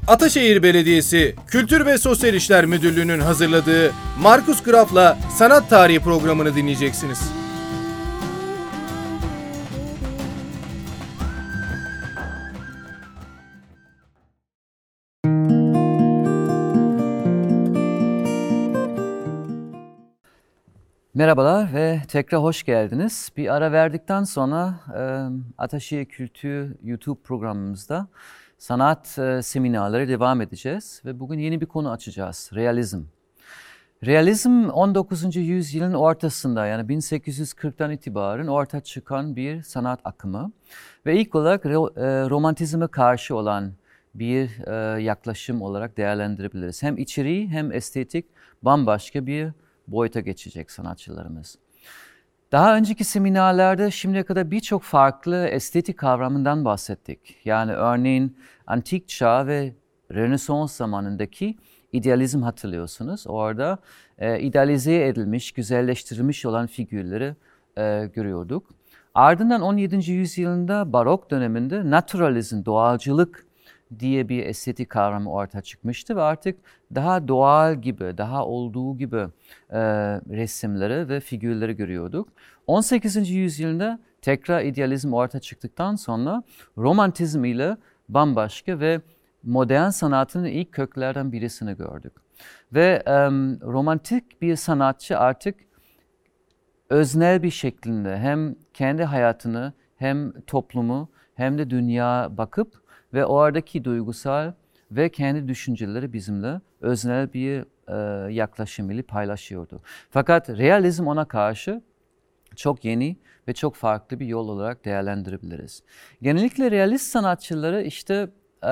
Ataşehir Belediyesi Kültür ve Sosyal İşler Müdürlüğü'nün hazırladığı Markus Graf'la Sanat Tarihi programını dinleyeceksiniz. Merhabalar ve tekrar hoş geldiniz. Bir ara verdikten sonra Ataşehir Kültür YouTube programımızda sanat seminerleri devam edeceğiz ve bugün yeni bir konu açacağız, realizm. Realizm 19. yüzyılın ortasında, yani 1840'tan itibaren ortaya çıkan bir sanat akımı ve ilk olarak romantizme karşı olan bir yaklaşım olarak değerlendirebiliriz. Hem içeriği hem estetik bambaşka bir boyuta geçecek sanatçılarımız. Daha önceki seminerlerde şimdiye kadar birçok farklı estetik kavramından bahsettik. Yani örneğin antik çağ ve Rönesans zamanındaki idealizm hatırlıyorsunuz. Orada idealize edilmiş, güzelleştirilmiş olan figürleri görüyorduk. Ardından 17. yüzyılında barok döneminde naturalizm, doğalcılık diye bir estetik kavramı ortaya çıkmıştı ve artık daha doğal gibi, daha olduğu gibi resimleri ve figürleri görüyorduk. 18. yüzyılda tekrar idealizm ortaya çıktıktan sonra romantizm ile bambaşka ve modern sanatın ilk köklerden birisini gördük. Ve romantik bir sanatçı artık öznel bir şeklinde hem kendi hayatını hem toplumu hem de dünya bakıp ve oradaki duygusal ve kendi düşünceleri bizimle öznel bir yaklaşım ile paylaşıyordu. Fakat realizm ona karşı çok yeni ve çok farklı bir yol olarak değerlendirebiliriz. Genellikle realist sanatçıları işte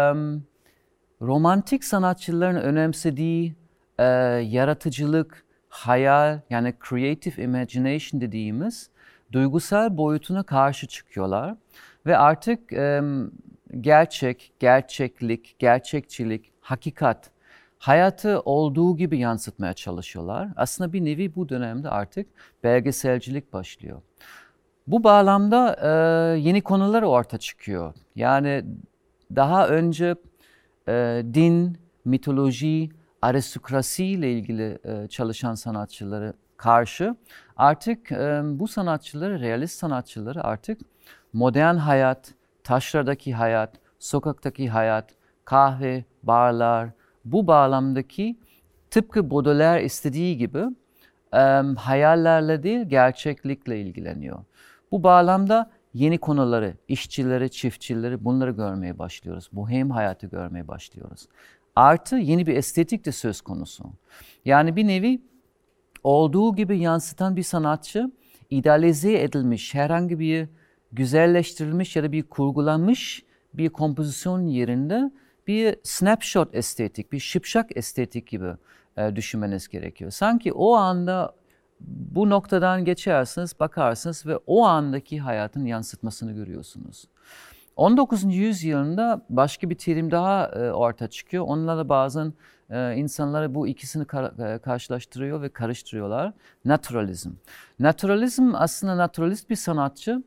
romantik sanatçıların önemsediği yaratıcılık, hayal, yani creative imagination dediğimiz duygusal boyutuna karşı çıkıyorlar ve artık gerçeklik, gerçekçilik, hakikat, hayatı olduğu gibi yansıtmaya çalışıyorlar. Aslında bir nevi bu dönemde artık belgeselcilik başlıyor. Bu bağlamda yeni konular ortaya çıkıyor. Yani daha önce din, mitoloji, aristokrasi ile ilgili çalışan sanatçıları karşı artık bu sanatçıları, realist sanatçıları artık modern hayat, taşlardaki hayat, sokaktaki hayat, kahve, barlar, bu bağlamdaki tıpkı Baudelaire istediği gibi hayallerle değil gerçeklikle ilgileniyor. Bu bağlamda yeni konuları, işçileri, çiftçileri bunları görmeye başlıyoruz. Bohem hayatı görmeye başlıyoruz. Artı yeni bir estetik de söz konusu. Yani bir nevi olduğu gibi yansıtan bir sanatçı idealize edilmiş herhangi bir güzelleştirilmiş ya da bir kurgulanmış bir kompozisyon yerinde bir snapshot estetik, bir şipşak estetik gibi düşünmeniz gerekiyor. Sanki o anda bu noktadan geçersiniz, bakarsınız ve o andaki hayatın yansıtmasını görüyorsunuz. 19. yüzyılında başka bir terim daha ortaya çıkıyor. Onunla da bazen insanlar bu ikisini karşılaştırıyor ve karıştırıyorlar. Naturalizm. Naturalizm aslında naturalist bir sanatçı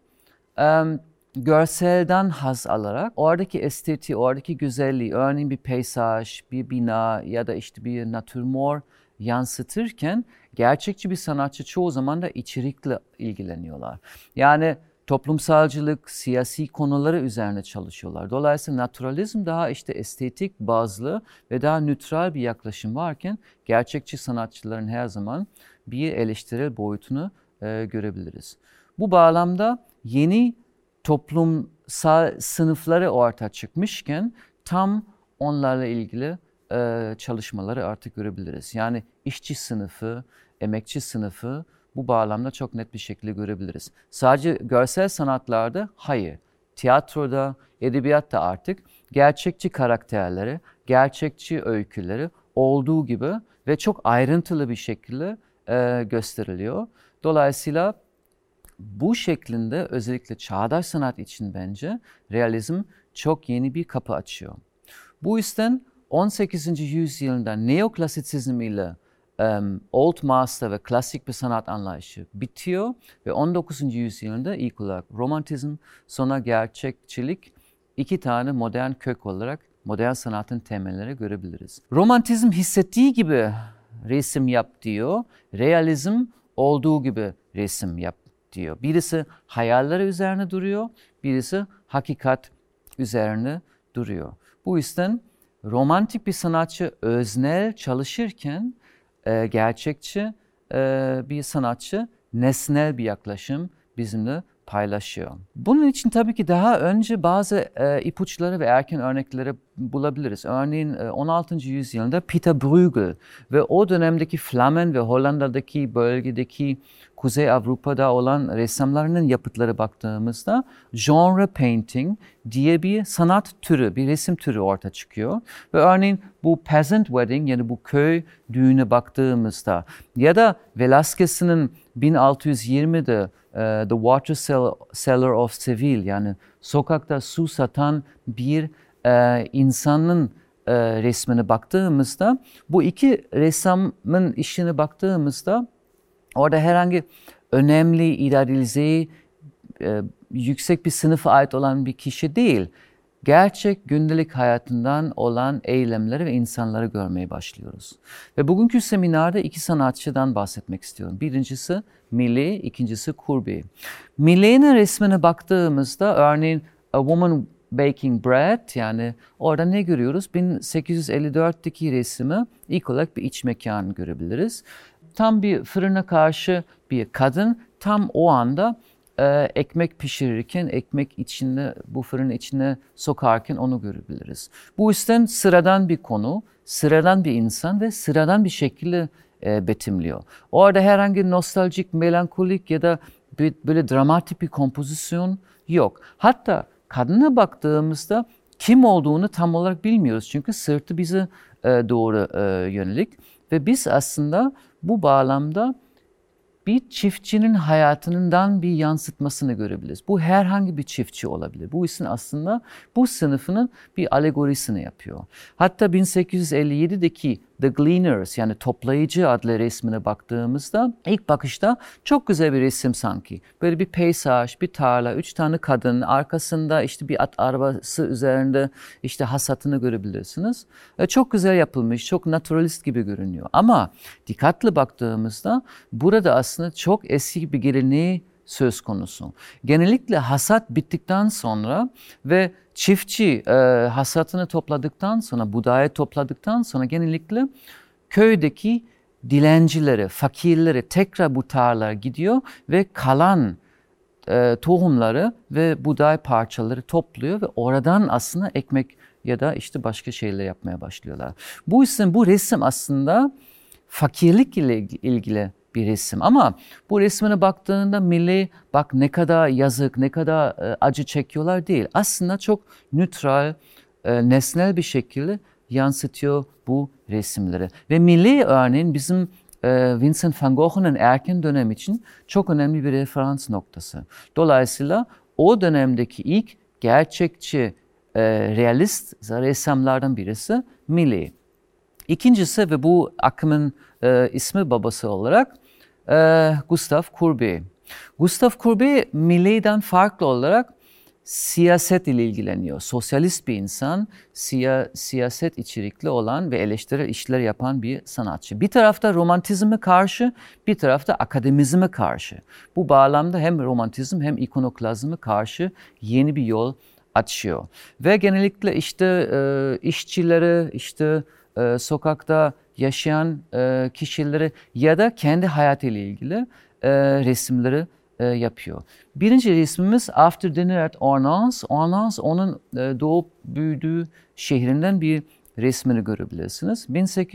görselden haz alarak oradaki estetiği, oradaki güzelliği, örneğin bir peyzaj, bir bina ya da işte bir natürmort yansıtırken gerçekçi bir sanatçı çoğu zaman da içerikle ilgileniyorlar. Yani toplumsalcılık, siyasi konuları üzerine çalışıyorlar. Dolayısıyla naturalizm daha işte estetik bazlı ve daha nötral bir yaklaşım varken gerçekçi sanatçıların her zaman bir eleştirel boyutunu görebiliriz. Bu bağlamda yeni toplumsal sınıfları ortaya çıkmışken tam onlarla ilgili çalışmaları artık görebiliriz. Yani işçi sınıfı, emekçi sınıfı bu bağlamda çok net bir şekilde görebiliriz. Sadece görsel sanatlarda hayır. Tiyatroda, edebiyatta artık gerçekçi karakterleri, gerçekçi öyküleri olduğu gibi ve çok ayrıntılı bir şekilde gösteriliyor. Dolayısıyla bu şeklinde özellikle çağdaş sanat için bence realizm çok yeni bir kapı açıyor. Bu yüzden 18. yüzyılda neoklasisizm ile Old Master ve klasik bir sanat anlayışı bitiyor ve 19. yüzyılda ilk olarak romantizm, sonra gerçekçilik iki tane modern kök olarak modern sanatın temelleri görebiliriz. Romantizm hissettiği gibi resim yap diyor, realizm olduğu gibi resim yap diyor. Birisi hayalleri üzerine duruyor, birisi hakikat üzerine duruyor. Bu yüzden romantik bir sanatçı öznel çalışırken gerçekçi bir sanatçı nesnel bir yaklaşım bizimle paylaşıyor. Bunun için tabii ki daha önce bazı ipuçları ve erken örnekleri bulabiliriz. Örneğin 16. yüzyılda Peter Bruegel ve o dönemdeki Flamen ve Hollanda'daki bölgedeki Kuzey Avrupa'da olan ressamlarının yapıtları baktığımızda genre painting diye bir sanat türü, bir resim türü ortaya çıkıyor. Ve örneğin bu peasant wedding yani bu köy düğüne baktığımızda ya da Velázquez'in 1620'de The Water Seller of Seville yani sokakta su satan bir insanın resmine baktığımızda bu iki ressamın işine baktığımızda orada herhangi önemli, idealize, yüksek bir sınıfa ait olan bir kişi değil. Gerçek gündelik hayatından olan eylemleri ve insanları görmeye başlıyoruz. Ve bugünkü seminerde iki sanatçıdan bahsetmek istiyorum. Birincisi Millet, ikincisi Courbet. Millet'in resmine baktığımızda örneğin A Woman Baking Bread yani orada ne görüyoruz? 1854'teki resmi ilk olarak bir iç mekan görebiliriz. Tam bir fırına karşı bir kadın tam o anda ekmek pişirirken, ekmek içinde bu fırının içine sokarken onu görebiliriz. Bu yüzden sıradan bir konu, sıradan bir insan ve sıradan bir şekilde betimliyor. Orada herhangi nostaljik, melankolik ya da böyle dramatik bir kompozisyon yok. Hatta kadına baktığımızda kim olduğunu tam olarak bilmiyoruz. Çünkü sırtı bize doğru yönelik ve biz aslında bu bağlamda bir çiftçinin hayatından bir yansıtmasını görebiliriz. Bu herhangi bir çiftçi olabilir. Bu işin aslında bu sınıfının bir alegorisini yapıyor. Hatta 1857'deki The Gleaners yani Toplayıcı adlı resmine baktığımızda ilk bakışta çok güzel bir resim sanki. Böyle bir peysaj, bir tarla, 3 tane kadın, arkasında işte bir at arabası üzerinde işte hasatını görebilirsiniz. Çok güzel yapılmış, çok naturalist gibi görünüyor. Ama dikkatli baktığımızda burada aslında çok eski bir geleneği söz konusu. Genellikle hasat bittikten sonra ve çiftçi hasatını topladıktan sonra, buğdayı topladıktan sonra genellikle köydeki dilencilere, fakirlere tekrar bu tarlalara gidiyor ve kalan tohumları ve buğday parçaları topluyor ve oradan aslında ekmek ya da işte başka şeyler yapmaya başlıyorlar. Bu yüzden bu resim aslında fakirlik ile ilgili bir resim ama bu resmine baktığında Millet bak ne kadar yazık, ne kadar acı çekiyorlar değil. Aslında çok nötral, nesnel bir şekilde yansıtıyor bu resimleri. Ve Millet örneğin bizim Vincent van Gogh'un erken dönem için çok önemli bir referans noktası. Dolayısıyla o dönemdeki ilk gerçekçi realist ressamlardan birisi Millet. İkincisi ve bu akımın ismi babası olarak Gustave Courbet. Gustave Courbet Millet'den farklı olarak siyaset ile ilgileniyor. Sosyalist bir insan, siyaset içerikli olan ve eleştirel işler yapan bir sanatçı. Bir tarafta romantizme karşı, bir tarafta akademizme karşı. Bu bağlamda hem romantizm hem ikonoklazme karşı yeni bir yol açıyor. Ve genellikle işte işçileri, işte sokakta yaşayan kişileri ya da kendi hayatıyla ilgili resimleri yapıyor. Birinci resmimiz After Dinner at Ornans. Ornans onun doğup büyüdüğü şehrinden bir resmini görebilirsiniz.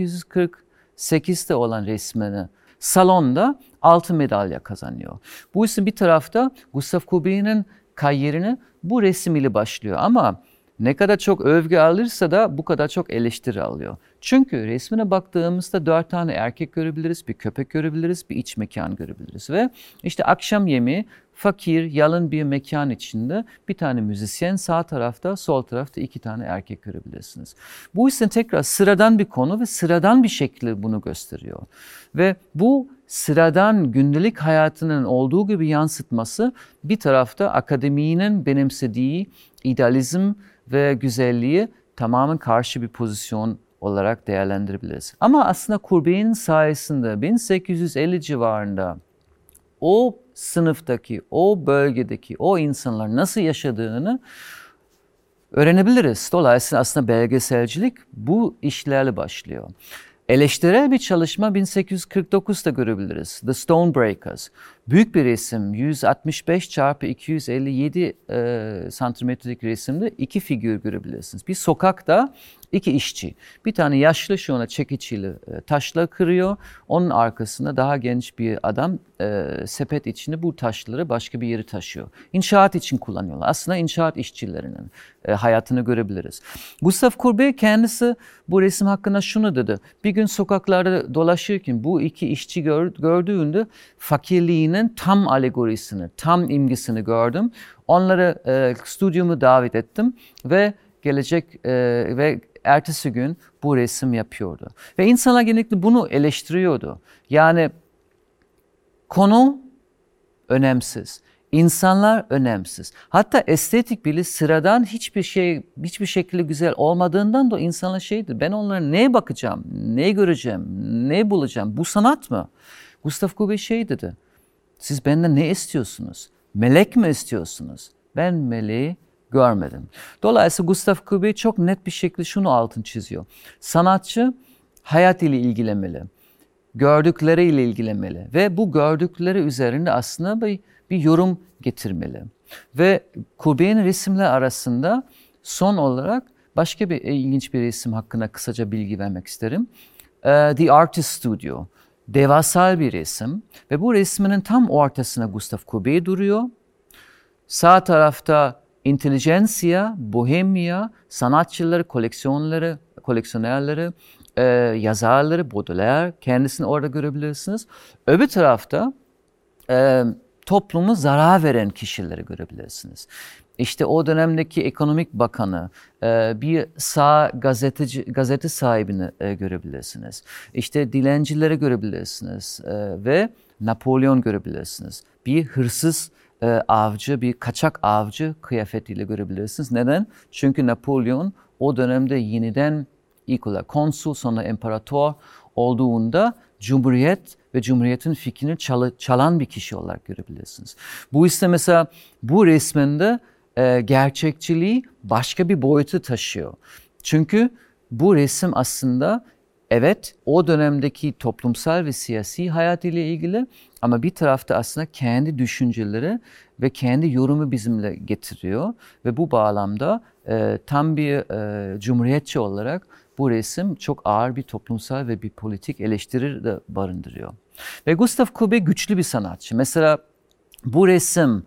1848'de olan resmini salonda altın madalya kazanıyor. Bu isim bir tarafta Gustave Courbet'in kariyerini bu resim ile başlıyor ama ne kadar çok övgü alırsa da bu kadar çok eleştiri alıyor. Çünkü resmine baktığımızda 4 tane erkek görebiliriz, bir köpek görebiliriz, bir iç mekan görebiliriz. Ve işte akşam yemeği fakir, yalın bir mekan içinde bir tane müzisyen sağ tarafta, sol tarafta 2 tane erkek görebilirsiniz. Bu yüzden tekrar sıradan bir konu ve sıradan bir şekilde bunu gösteriyor. Ve bu sıradan gündelik hayatının olduğu gibi yansıtması bir tarafta akademinin benimsediği idealizm ve güzelliği tamamen karşı bir pozisyon olarak değerlendirebiliriz. Ama aslında Courbet'in sayesinde 1850 civarında o sınıftaki, o bölgedeki, o insanlar nasıl yaşadığını öğrenebiliriz. Dolayısıyla aslında belgeselcilik bu işlerle başlıyor. Eleştirel bir çalışma 1849'da görebiliriz. The Stonebreakers. Büyük bir resim. 165 çarpı 257 santimetrelik resimde iki figür görebilirsiniz. Bir sokakta iki işçi. Bir tane yaşlı şu ana çekiçiyle taşla kırıyor. Onun arkasında daha genç bir adam sepet içinde bu taşları başka bir yere taşıyor. İnşaat için kullanıyorlar. Aslında inşaat işçilerinin hayatını görebiliriz. Gustave Courbet kendisi bu resim hakkında şunu dedi. Bir gün sokaklarda dolaşırken bu iki işçi gördüğünde fakirliğinin tam alegorisini, tam imgesini gördüm. Onları stüdyomu davet ettim ve ve ertesi gün bu resim yapıyordu. Ve insanlar genellikle bunu eleştiriyordu. Yani konu önemsiz. İnsanlar önemsiz. Hatta estetik bile sıradan hiçbir şekilde güzel olmadığından da insanlar şeydir. Ben onlara neye bakacağım, neye göreceğim, ne bulacağım? Bu sanat mı? Gustave Courbet şey dedi. Siz benden ne istiyorsunuz? Melek mi istiyorsunuz? Ben meleği görmedim. Dolayısıyla Gustave Courbet çok net bir şekilde şunu altını çiziyor. Sanatçı hayat ile ilgilenmeli. Gördükleriyle ilgilenmeli. Ve bu gördükleri üzerinde aslında bir yorum getirmeli. Ve Courbet'in resimler arasında son olarak başka bir ilginç bir resim hakkında kısaca bilgi vermek isterim. The Artist Studio. Devasal bir resim ve bu resminin tam ortasına Gustave Courbet duruyor. Sağ tarafta intelijensiya, bohemia, sanatçıları, koleksiyonerleri, yazarları, Baudelaire kendisini orada görebilirsiniz. Öbür tarafta toplumu zarar veren kişileri görebilirsiniz. İşte o dönemdeki ekonomik bakanı, bir sağ gazete sahibini görebilirsiniz. İşte dilencileri görebilirsiniz ve Napolyon görebilirsiniz. Bir hırsız avcı, bir kaçak avcı kıyafetiyle görebilirsiniz. Neden? Çünkü Napolyon o dönemde yeniden ilk olarak konsul sonra imparator olduğunda Cumhuriyet ve Cumhuriyet'in fikrini çalan bir kişi olarak görebilirsiniz. Bu ise mesela bu resminde gerçekçiliği başka bir boyutu taşıyor. Çünkü bu resim aslında evet o dönemdeki toplumsal ve siyasi hayat ile ilgili ama bir tarafta aslında kendi düşünceleri ve kendi yorumu bizimle getiriyor. Ve bu bağlamda tam bir cumhuriyetçi olarak bu resim çok ağır bir toplumsal ve bir politik eleştiri de barındırıyor. Ve Gustave Courbet güçlü bir sanatçı. Mesela bu resim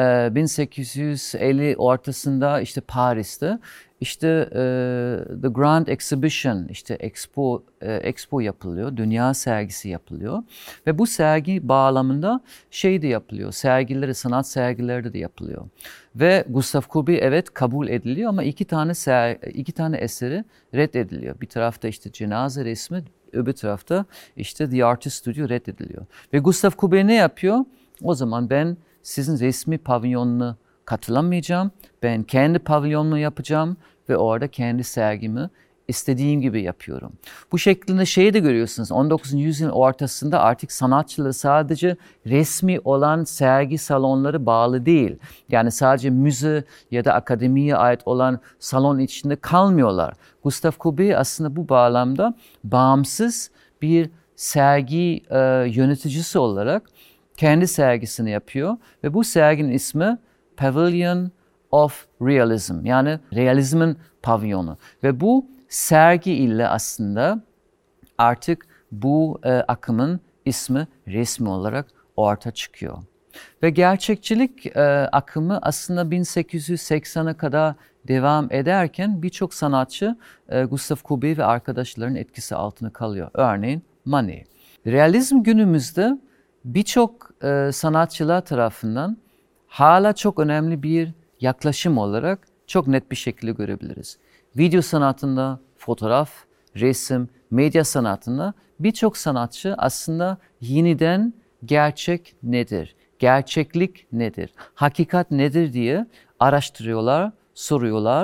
1850 ortasında işte Paris'te işte The Grand Exhibition işte expo yapılıyor, dünya sergisi yapılıyor ve bu sergi bağlamında şey de yapılıyor, sanat sergileri de yapılıyor. Ve Gustave Courbet evet kabul ediliyor ama iki tane eseri reddediliyor. Bir tarafta işte cenaze resmi, öbür tarafta işte The Artist Studio reddediliyor. Ve Gustave Courbet ne yapıyor? O zaman ben sizin resmi pavilyonuna katılamayacağım. Ben kendi pavilyonumu yapacağım ve orada kendi sergimi istediğim gibi yapıyorum. Bu şekilde şeyi de görüyorsunuz. 19. yüzyılın ortasında artık sanatçıları sadece resmi olan sergi salonları bağlı değil. Yani sadece müze ya da akademiye ait olan salon içinde kalmıyorlar. Gustave Courbet aslında bu bağlamda bağımsız bir sergi yöneticisi olarak kendi sergisini yapıyor ve bu serginin ismi Pavilion of Realism, yani realizmin pavyonu. Ve bu sergi ile aslında artık bu akımın ismi resmi olarak ortaya çıkıyor. Ve gerçekçilik akımı aslında 1880'e kadar devam ederken birçok sanatçı Gustave Courbet ve arkadaşlarının etkisi altında kalıyor. Örneğin Manet. Realizm günümüzde birçok sanatçılar tarafından hala çok önemli bir yaklaşım olarak çok net bir şekilde görebiliriz. Video sanatında, fotoğraf, resim, medya sanatında birçok sanatçı aslında yeniden gerçek nedir, gerçeklik nedir, hakikat nedir diye araştırıyorlar, soruyorlar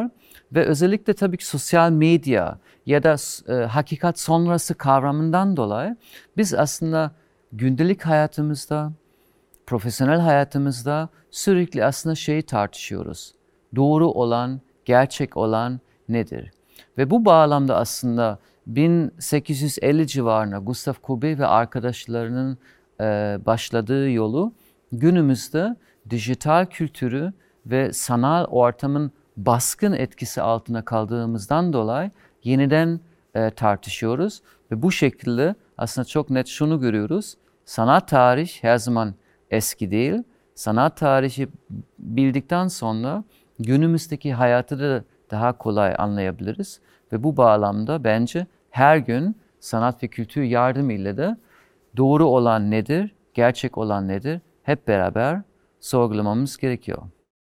Ve özellikle tabii ki sosyal medya ya da hakikat sonrası kavramından dolayı biz aslında gündelik hayatımızda, profesyonel hayatımızda sürekli aslında şeyi tartışıyoruz. Doğru olan, gerçek olan nedir? Ve bu bağlamda aslında 1850 civarında Gustav Courbet ve arkadaşlarının başladığı yolu günümüzde dijital kültürü ve sanal ortamın baskın etkisi altına kaldığımızdan dolayı yeniden tartışıyoruz. Ve bu şekilde aslında çok net şunu görüyoruz. Sanat tarihi her zaman eski değil. Sanat tarihi bildikten sonra günümüzdeki hayatı da daha kolay anlayabiliriz. Ve bu bağlamda bence her gün sanat ve kültür yardımıyla da doğru olan nedir, gerçek olan nedir hep beraber sorgulamamız gerekiyor.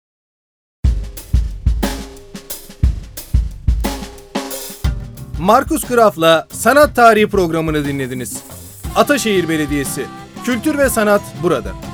Markus Graf'la Sanat Tarihi programını dinlediniz. Ataşehir Belediyesi. Kültür ve sanat burada.